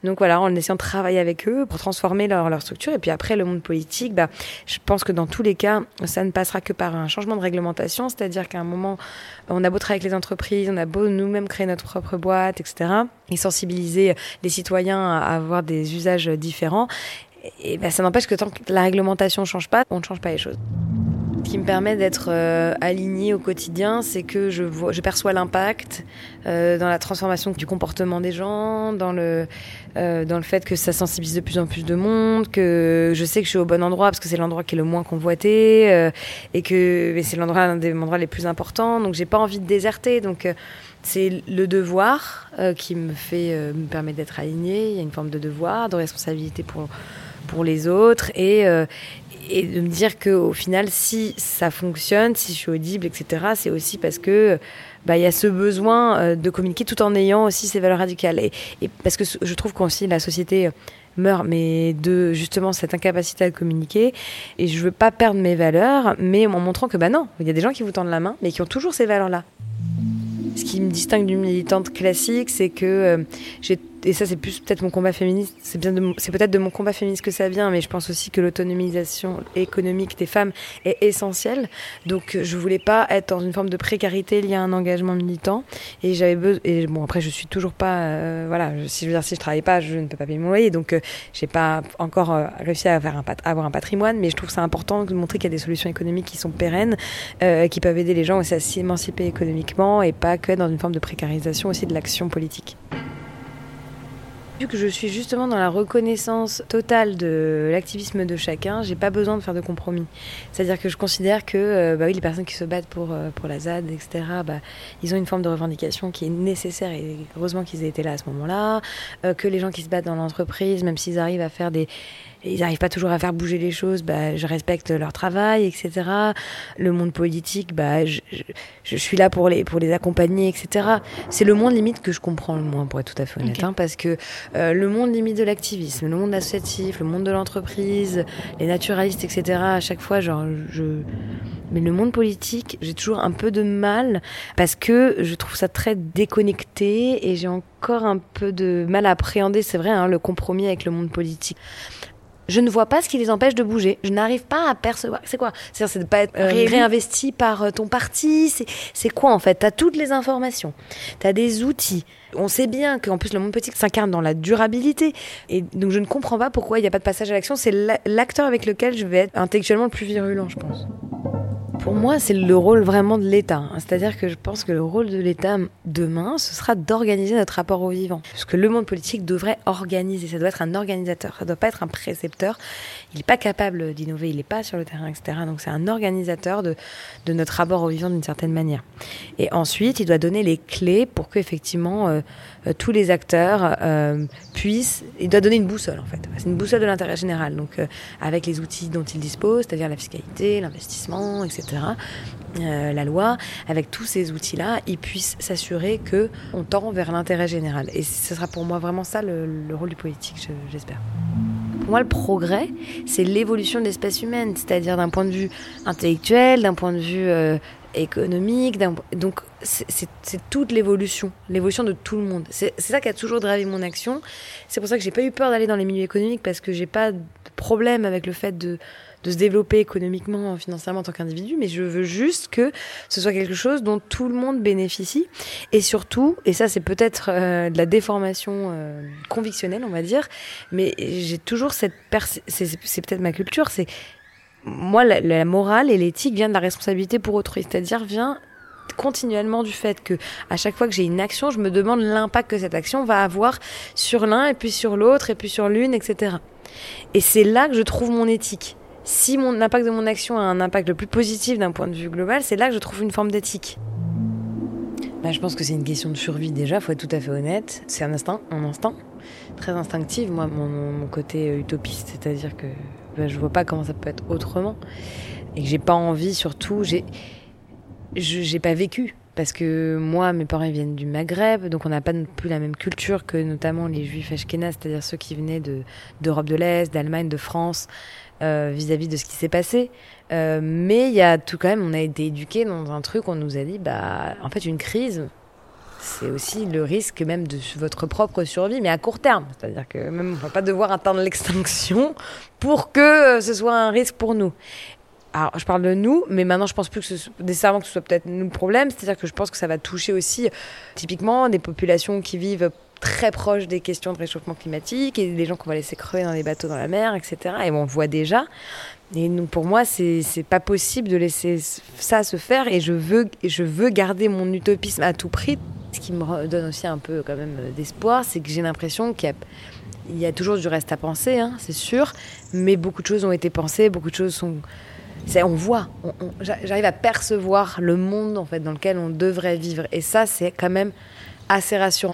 Donc voilà, en essayant de travailler avec eux pour transformer leur, leur structure. Et puis après, le monde politique, bah, je pense que dans tous les cas, ça ne passera que par un changement de réglementation. C'est-à-dire qu'à un moment, on a beau travailler avec les entreprises, on a beau nous-mêmes créer notre propre boîte, et cetera. Et sensibiliser les citoyens à avoir des usages différents. Et bah, ça n'empêche que tant que la réglementation ne change pas, on ne change pas les choses. Ce qui me permet d'être euh, alignée au quotidien, c'est que je, vois, je perçois l'impact euh, dans la transformation du comportement des gens, dans le, euh, dans le fait que ça sensibilise de plus en plus de monde, que je sais que je suis au bon endroit parce que c'est l'endroit qui est le moins convoité euh, et que mais c'est l'endroit, l'un des endroits les plus importants. Donc j'ai pas envie de déserter. Donc euh, c'est le devoir euh, qui me fait euh, me permet d'être alignée. Il y a une forme de devoir, de responsabilité pour pour les autres et euh, et de me dire qu'au final, si ça fonctionne, si je suis audible, et cetera, c'est aussi parce que bah, y a ce besoin de communiquer tout en ayant aussi ces valeurs radicales. Et, et parce que je trouve qu'aussi la société meurt, mais de justement cette incapacité à communiquer. Et je veux pas perdre mes valeurs, mais en montrant que bah non, il y a des gens qui vous tendent la main, mais qui ont toujours ces valeurs-là. Ce qui me distingue d'une militante classique, c'est que euh, j'ai et ça c'est plus peut-être mon combat féministe, c'est bien de, c'est peut-être de mon combat féministe que ça vient, mais je pense aussi que l'autonomisation économique des femmes est essentielle. Donc je voulais pas être dans une forme de précarité liée à un engagement militant, et j'avais besoin. Et bon, après je suis toujours pas, euh, voilà, je, si je veux dire si je travaille pas, je ne peux pas payer mon loyer, donc euh, j'ai pas encore euh, réussi à avoir un, pat- avoir un patrimoine, mais je trouve ça important de montrer qu'il y a des solutions économiques qui sont pérennes, euh, qui peuvent aider les gens aussi à s'émanciper économiquement et pas que dans une forme de précarisation aussi de l'action politique. Vu que je suis justement dans la reconnaissance totale de l'activisme de chacun, j'ai pas besoin de faire de compromis. C'est-à-dire que je considère que euh, bah oui, les personnes qui se battent pour, euh, pour la Z A D, et cetera, bah, ils ont une forme de revendication qui est nécessaire, et heureusement qu'ils aient été là à ce moment-là, euh, que les gens qui se battent dans l'entreprise, même s'ils arrivent à faire des... ils n'arrivent pas toujours à faire bouger les choses, bah, je respecte leur travail, et cetera. Le monde politique, bah, je, je, je suis là pour les, pour les accompagner, et cetera. C'est le monde limite que je comprends le moins, pour être tout à fait honnête, okay. hein, parce que euh, le monde limite de l'activisme, le monde associatif, le monde de l'entreprise, les naturalistes, et cetera, à chaque fois, genre, je... mais le monde politique, j'ai toujours un peu de mal, parce que je trouve ça très déconnecté, et j'ai encore un peu de mal à appréhender, c'est vrai, hein, le compromis avec le monde politique. Je ne vois pas ce qui les empêche de bouger. Je n'arrive pas à percevoir. C'est quoi ? C'est-à-dire, c'est de ne pas être euh, réinvesti par ton parti. C'est, c'est quoi, en fait ? Tu as toutes les informations. Tu as des outils. On sait bien qu'en plus, le monde politique s'incarne dans la durabilité. Et donc, je ne comprends pas pourquoi il n'y a pas de passage à l'action. C'est l'acteur avec lequel je vais être intellectuellement le plus virulent, je pense. Pour moi, c'est le rôle vraiment de l'État. C'est-à-dire que je pense que le rôle de l'État demain, ce sera d'organiser notre rapport au vivant. Parce que le monde politique devrait organiser. Ça doit être un organisateur. Ça ne doit pas être un précepteur. Il n'est pas capable d'innover. Il n'est pas sur le terrain, et cetera. Donc c'est un organisateur de, de notre rapport au vivant d'une certaine manière. Et ensuite, il doit donner les clés pour qu'effectivement euh, euh, tous les acteurs euh, puissent... Il doit donner une boussole, en fait. C'est une boussole de l'intérêt général. Donc euh, avec les outils dont il dispose, c'est-à-dire la fiscalité, l'investissement, et cetera, Euh, la loi, avec tous ces outils-là, ils puissent s'assurer qu'on tend vers l'intérêt général. Et ce sera pour moi vraiment ça le, le rôle du politique, je, j'espère. Pour moi, le progrès, c'est l'évolution de l'espèce humaine, c'est-à-dire d'un point de vue intellectuel, d'un point de vue euh, économique. D'un... Donc, c'est, c'est, c'est toute l'évolution, l'évolution de tout le monde. C'est, c'est ça qui a toujours drivé mon action. C'est pour ça que j'ai pas eu peur d'aller dans les milieux économiques, parce que j'ai pas de problème avec le fait de de se développer économiquement, financièrement en tant qu'individu, mais je veux juste que ce soit quelque chose dont tout le monde bénéficie. Et surtout, et ça c'est peut-être euh, de la déformation euh, convictionnelle, on va dire, mais j'ai toujours cette... Pers- c'est, c'est peut-être ma culture, c'est... Moi, la, la morale et l'éthique vient de la responsabilité pour autrui, c'est-à-dire vient continuellement du fait que à chaque fois que j'ai une action, je me demande l'impact que cette action va avoir sur l'un, et puis sur l'autre, et puis sur l'une, et cetera. Et c'est là que je trouve mon éthique. Si mon, l'impact de mon action a un impact le plus positif d'un point de vue global, c'est là que je trouve une forme d'éthique. Bah, je pense que c'est une question de survie déjà, faut être tout à fait honnête. C'est un instinct, un instinct très instinctif, moi, mon, mon côté utopiste, c'est-à-dire que bah, je vois pas comment ça peut être autrement. Et que j'ai pas envie, surtout, j'ai, je, j'ai pas vécu. Parce que moi, mes parents viennent du Maghreb, donc on n'a pas non plus la même culture que notamment les Juifs ashkénazes, c'est-à-dire ceux qui venaient de, d'Europe de l'Est, d'Allemagne, de France, euh, vis-à-vis de ce qui s'est passé. Euh, mais il y a tout quand même, on a été éduqués dans un truc, on nous a dit, bah, en fait, une crise, c'est aussi le risque même de votre propre survie, mais à court terme. C'est-à-dire que même on ne va pas devoir atteindre l'extinction pour que ce soit un risque pour nous. Alors, je parle de nous, mais maintenant, je pense plus que ce, nécessairement que ce soit peut-être nous le problème. C'est-à-dire que je pense que ça va toucher aussi, typiquement, des populations qui vivent très proches des questions de réchauffement climatique et des gens qu'on va laisser crever dans des bateaux dans la mer, et cetera. Et on le voit déjà. Et donc, pour moi, c'est, c'est pas possible de laisser ça se faire. Et je veux, je veux garder mon utopisme à tout prix. Ce qui me donne aussi un peu, quand même, d'espoir, c'est que j'ai l'impression qu'il y a... Il y a toujours du reste à penser, hein, c'est sûr. Mais beaucoup de choses ont été pensées, beaucoup de choses sont... C'est, on voit, on, on, j'arrive à percevoir le monde en fait, dans lequel on devrait vivre. Et ça, c'est quand même assez rassurant.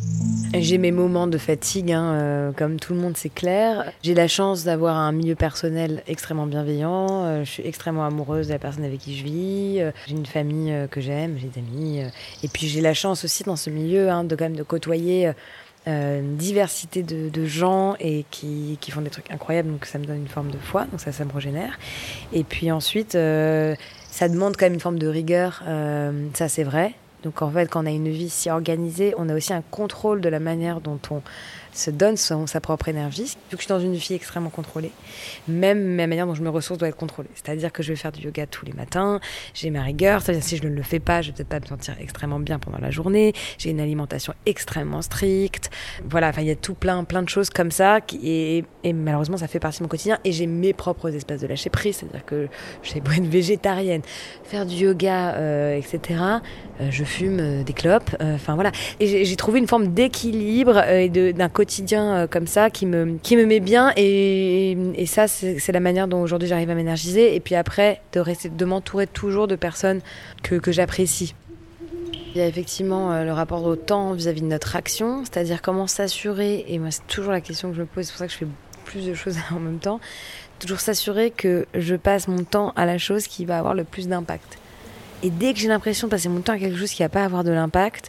J'ai mes moments de fatigue, hein, euh, comme tout le monde, c'est clair. J'ai la chance d'avoir un milieu personnel extrêmement bienveillant. Euh, je suis extrêmement amoureuse de la personne avec qui je vis. Euh, j'ai une famille euh, que j'aime, j'ai des amis. Euh, et puis j'ai la chance aussi dans ce milieu hein, de, quand même, de côtoyer... Euh, Euh, une diversité de, de gens et qui, qui font des trucs incroyables, donc ça me donne une forme de foi, donc ça, ça me régénère. Et puis ensuite, euh, ça demande quand même une forme de rigueur, euh, ça c'est vrai. Donc en fait, quand on a une vie si organisée, on a aussi un contrôle de la manière dont on se donne son, sa propre énergie. Vu que je suis dans une vie extrêmement contrôlée, même la manière dont je me ressource doit être contrôlée. C'est-à-dire que je vais faire du yoga tous les matins, j'ai ma rigueur, c'est-à-dire que si je ne le fais pas, je vais peut-être pas me sentir extrêmement bien pendant la journée, j'ai une alimentation extrêmement stricte. Voilà, enfin il y a tout plein, plein de choses comme ça qui, et, et malheureusement ça fait partie de mon quotidien et j'ai mes propres espaces de lâcher prise, c'est-à-dire que je sais pas être végétarienne, faire du yoga, euh, et cetera. Euh, je fume euh, des clopes, enfin euh, voilà. Et j'ai, j'ai trouvé une forme d'équilibre euh, et de, d'un quotidien euh, comme ça qui me, qui me met bien et, et ça c'est, c'est la manière dont aujourd'hui j'arrive à m'énergiser et puis après de, rester, de m'entourer toujours de personnes que, que j'apprécie. Il y a effectivement euh, le rapport au temps vis-à-vis de notre action, c'est-à-dire comment s'assurer, et moi c'est toujours la question que je me pose, c'est pour ça que je fais plus de choses en même temps, toujours s'assurer que je passe mon temps à la chose qui va avoir le plus d'impact. Et dès que j'ai l'impression de passer mon temps à quelque chose qui va pas avoir de l'impact,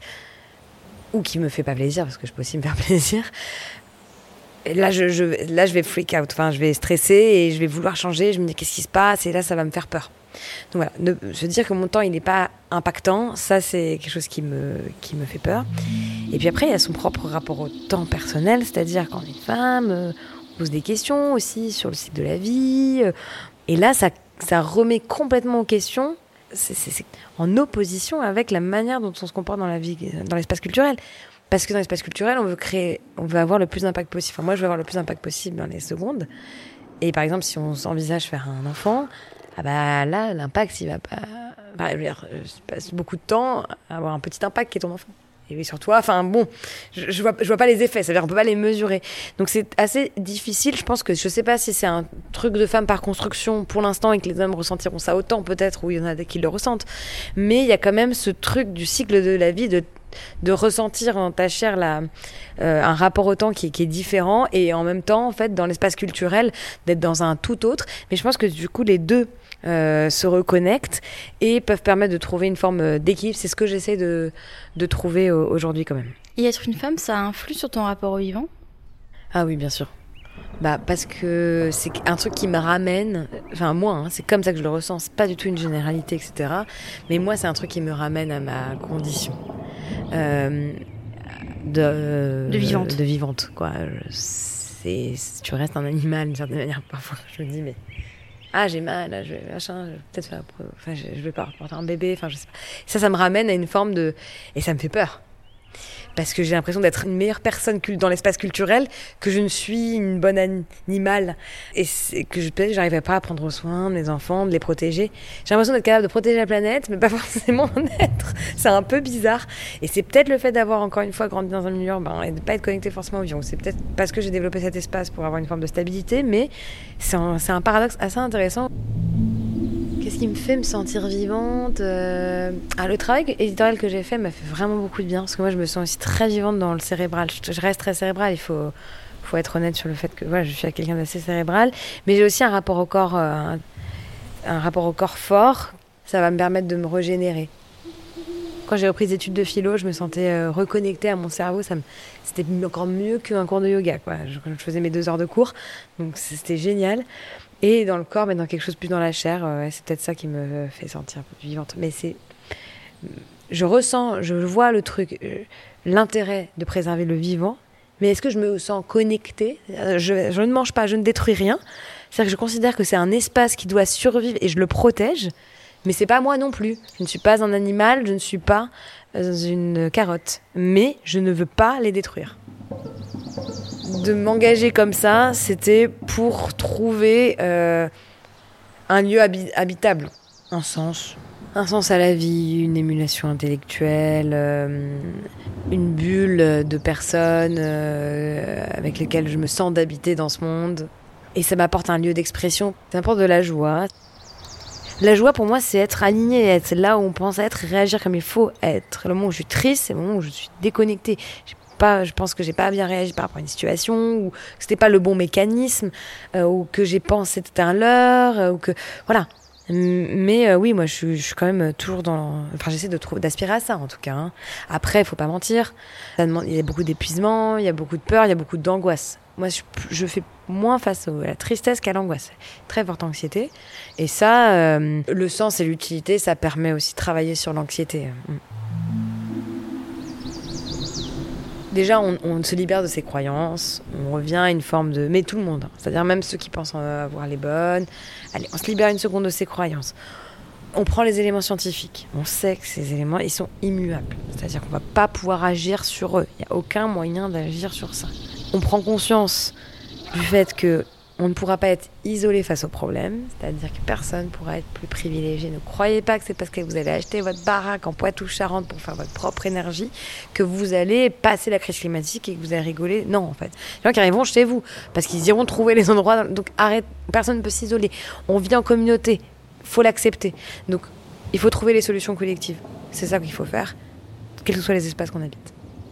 ou qui me fait pas plaisir, parce que je peux aussi me faire plaisir, là je, je, là je vais freak out, enfin je vais stresser et je vais vouloir changer, je me dis qu'est-ce qui se passe, et là ça va me faire peur. Donc voilà, ne, se dire que mon temps il n'est pas impactant, ça c'est quelque chose qui me, qui me fait peur. Et puis après il y a son propre rapport au temps personnel, c'est-à-dire quand on est femme, euh, on pose des questions aussi sur le cycle de la vie, euh, et là ça, ça remet complètement en question. C'est, c'est, c'est en opposition avec la manière dont on se comporte dans la vie, dans l'espace culturel. Parce que dans l'espace culturel, on veut créer, on veut avoir le plus d'impact possible. Enfin, moi, je veux avoir le plus d'impact possible dans les secondes. Et par exemple, si on s'envisage faire un enfant, ah bah là, l'impact, il va pas. Bah, je veux dire, je passe beaucoup de temps à avoir un petit impact qui est ton enfant. Et sur toi, enfin bon, je, je vois, je vois pas les effets, c'est-à-dire on peut pas les mesurer. Donc c'est assez difficile, je pense que, je sais pas si c'est un truc de femme par construction pour l'instant et que les hommes ressentiront ça autant peut-être, ou il y en a qui le ressentent, mais il y a quand même ce truc du cycle de la vie, de, de ressentir en ta chair la, euh, un rapport au temps qui, qui est différent, et en même temps, en fait, dans l'espace culturel, d'être dans un tout autre. Mais je pense que du coup, les deux Euh, se reconnectent et peuvent permettre de trouver une forme d'équilibre. C'est ce que j'essaie de, de trouver aujourd'hui quand même. Et être une femme, ça influe sur ton rapport au vivant ? Ah oui, bien sûr. Bah, parce que c'est un truc qui me ramène, enfin moi, hein, c'est comme ça que je le ressens, c'est pas du tout une généralité, et cetera. Mais moi, c'est un truc qui me ramène à ma condition euh, de, de vivante. De vivante, quoi. C'est, tu restes un animal d'une certaine manière. Parfois, je me dis, mais... Ah, j'ai mal, là, je vais, machin, je vais peut-être faire, enfin, je, je vais pas porter un bébé, enfin, je sais pas. Ça, ça me ramène à une forme de, et ça me fait peur. Parce que j'ai l'impression d'être une meilleure personne dans l'espace culturel que je ne suis une bonne animale. Et c'est que je, peut-être, j'arriverai pas à prendre soin de mes enfants, de les protéger. J'ai l'impression d'être capable de protéger la planète, mais pas forcément en être. C'est un peu bizarre. Et c'est peut-être le fait d'avoir, encore une fois, grandi dans un milieu urbain et de pas être connecté forcément au vivant. C'est peut-être parce que j'ai développé cet espace pour avoir une forme de stabilité, mais c'est un, c'est un paradoxe assez intéressant. Qu'est-ce qui me fait me sentir vivante euh... ah, le travail éditorial que j'ai fait m'a fait vraiment beaucoup de bien, parce que moi je me sens aussi très vivante dans le cérébral. Je, je reste très cérébrale, il faut, faut être honnête sur le fait que voilà, je suis quelqu'un d'assez cérébral, mais j'ai aussi un rapport au corps, euh, un, un rapport au corps fort. Ça va me permettre de me régénérer. Quand j'ai repris des études de philo, je me sentais euh, reconnectée à mon cerveau. Ça me, c'était encore mieux qu'un cours de yoga, quoi. Je, je faisais mes deux heures de cours, donc c'était génial. Et dans le corps, mais dans quelque chose plus dans la chair, euh, c'est peut-être ça qui me fait sentir un peu vivante. Mais c'est je ressens, je vois le truc, euh, l'intérêt de préserver le vivant, mais est-ce que je me sens connectée ? je, je ne mange pas, je ne détruis rien. C'est-à-dire que je considère que c'est un espace qui doit survivre et je le protège, mais c'est pas moi non plus. Je ne suis pas un animal, je ne suis pas une carotte, mais je ne veux pas les détruire. De m'engager comme ça, c'était pour trouver euh, un lieu habi- habitable, un sens. Un sens à la vie, une émulation intellectuelle, euh, une bulle de personnes euh, avec lesquelles je me sens d'habiter dans ce monde. Et ça m'apporte un lieu d'expression, ça m'apporte de la joie. La joie pour moi, c'est être aligné, être là où on pense être, réagir comme il faut être. Le moment où je suis triste, c'est le moment où je suis déconnectée. J'ai pas, je pense que j'ai pas bien réagi par rapport à une situation, ou que c'était pas le bon mécanisme, euh, ou que j'ai pensé que c'était un leurre, euh, ou que... Voilà. Mais euh, oui, moi, je suis, je suis quand même toujours dans... Enfin, j'essaie de trouver, d'aspirer à ça, en tout cas. Hein. Après, il faut pas mentir. Ça demande, il y a beaucoup d'épuisement, il y a beaucoup de peur, il y a beaucoup d'angoisse. Moi, je, je fais moins face à la tristesse qu'à l'angoisse. Très forte anxiété. Et ça, euh, le sens et l'utilité, ça permet aussi de travailler sur l'anxiété. Déjà, on, on se libère de ses croyances, on revient à une forme de... Mais tout le monde, hein. C'est-à-dire même ceux qui pensent avoir les bonnes. Allez, on se libère une seconde de ses croyances. On prend les éléments scientifiques. On sait que ces éléments, ils sont immuables. C'est-à-dire qu'on ne va pas pouvoir agir sur eux. Il n'y a aucun moyen d'agir sur ça. On prend conscience du fait que on ne pourra pas être isolé face aux problèmes, c'est-à-dire que personne ne pourra être plus privilégié. Ne croyez pas que c'est parce que vous allez acheter votre baraque en Poitou-Charentes pour faire votre propre énergie que vous allez passer la crise climatique et que vous allez rigoler. Non, en fait. Les gens qui arriveront chez vous, parce qu'ils iront trouver les endroits... Donc arrête, personne ne peut s'isoler. On vit en communauté, il faut l'accepter. Donc il faut trouver les solutions collectives. C'est ça qu'il faut faire, quels que soient les espaces qu'on habite.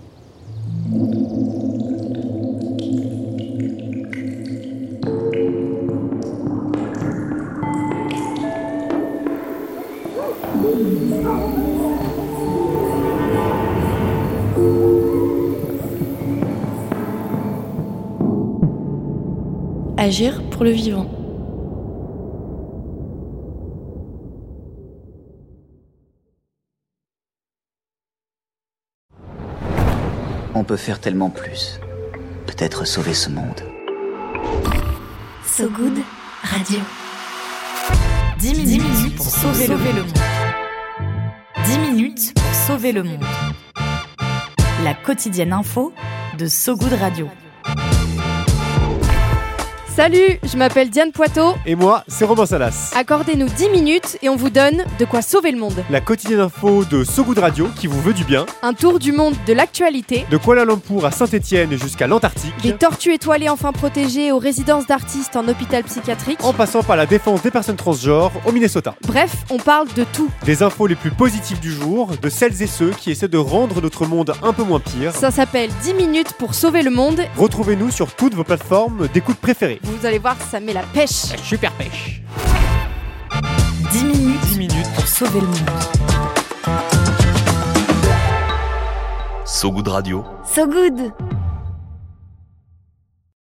Agir pour le vivant. On peut faire tellement plus. Peut-être sauver ce monde. So Good Radio. dix minutes pour sauver le monde. dix minutes pour sauver le monde. La quotidienne info de So Good Radio. Salut, je m'appelle Diane Poitot. Et moi, c'est Romain Salas. Accordez-nous dix minutes et on vous donne de quoi sauver le monde. La quotidienne info de So Good Radio qui vous veut du bien. Un tour du monde de l'actualité. De Kuala Lumpur à Saint-Étienne jusqu'à l'Antarctique. Des tortues étoilées enfin protégées aux résidences d'artistes en hôpital psychiatrique. En passant par la défense des personnes transgenres au Minnesota. Bref, on parle de tout. Des infos les plus positives du jour, de celles et ceux qui essaient de rendre notre monde un peu moins pire. Ça s'appelle dix minutes pour sauver le monde. Retrouvez-nous sur toutes vos plateformes d'écoute préférées. Vous allez voir, ça met la pêche. La super pêche. dix minutes, dix minutes pour sauver le monde. So Good Radio. So Good.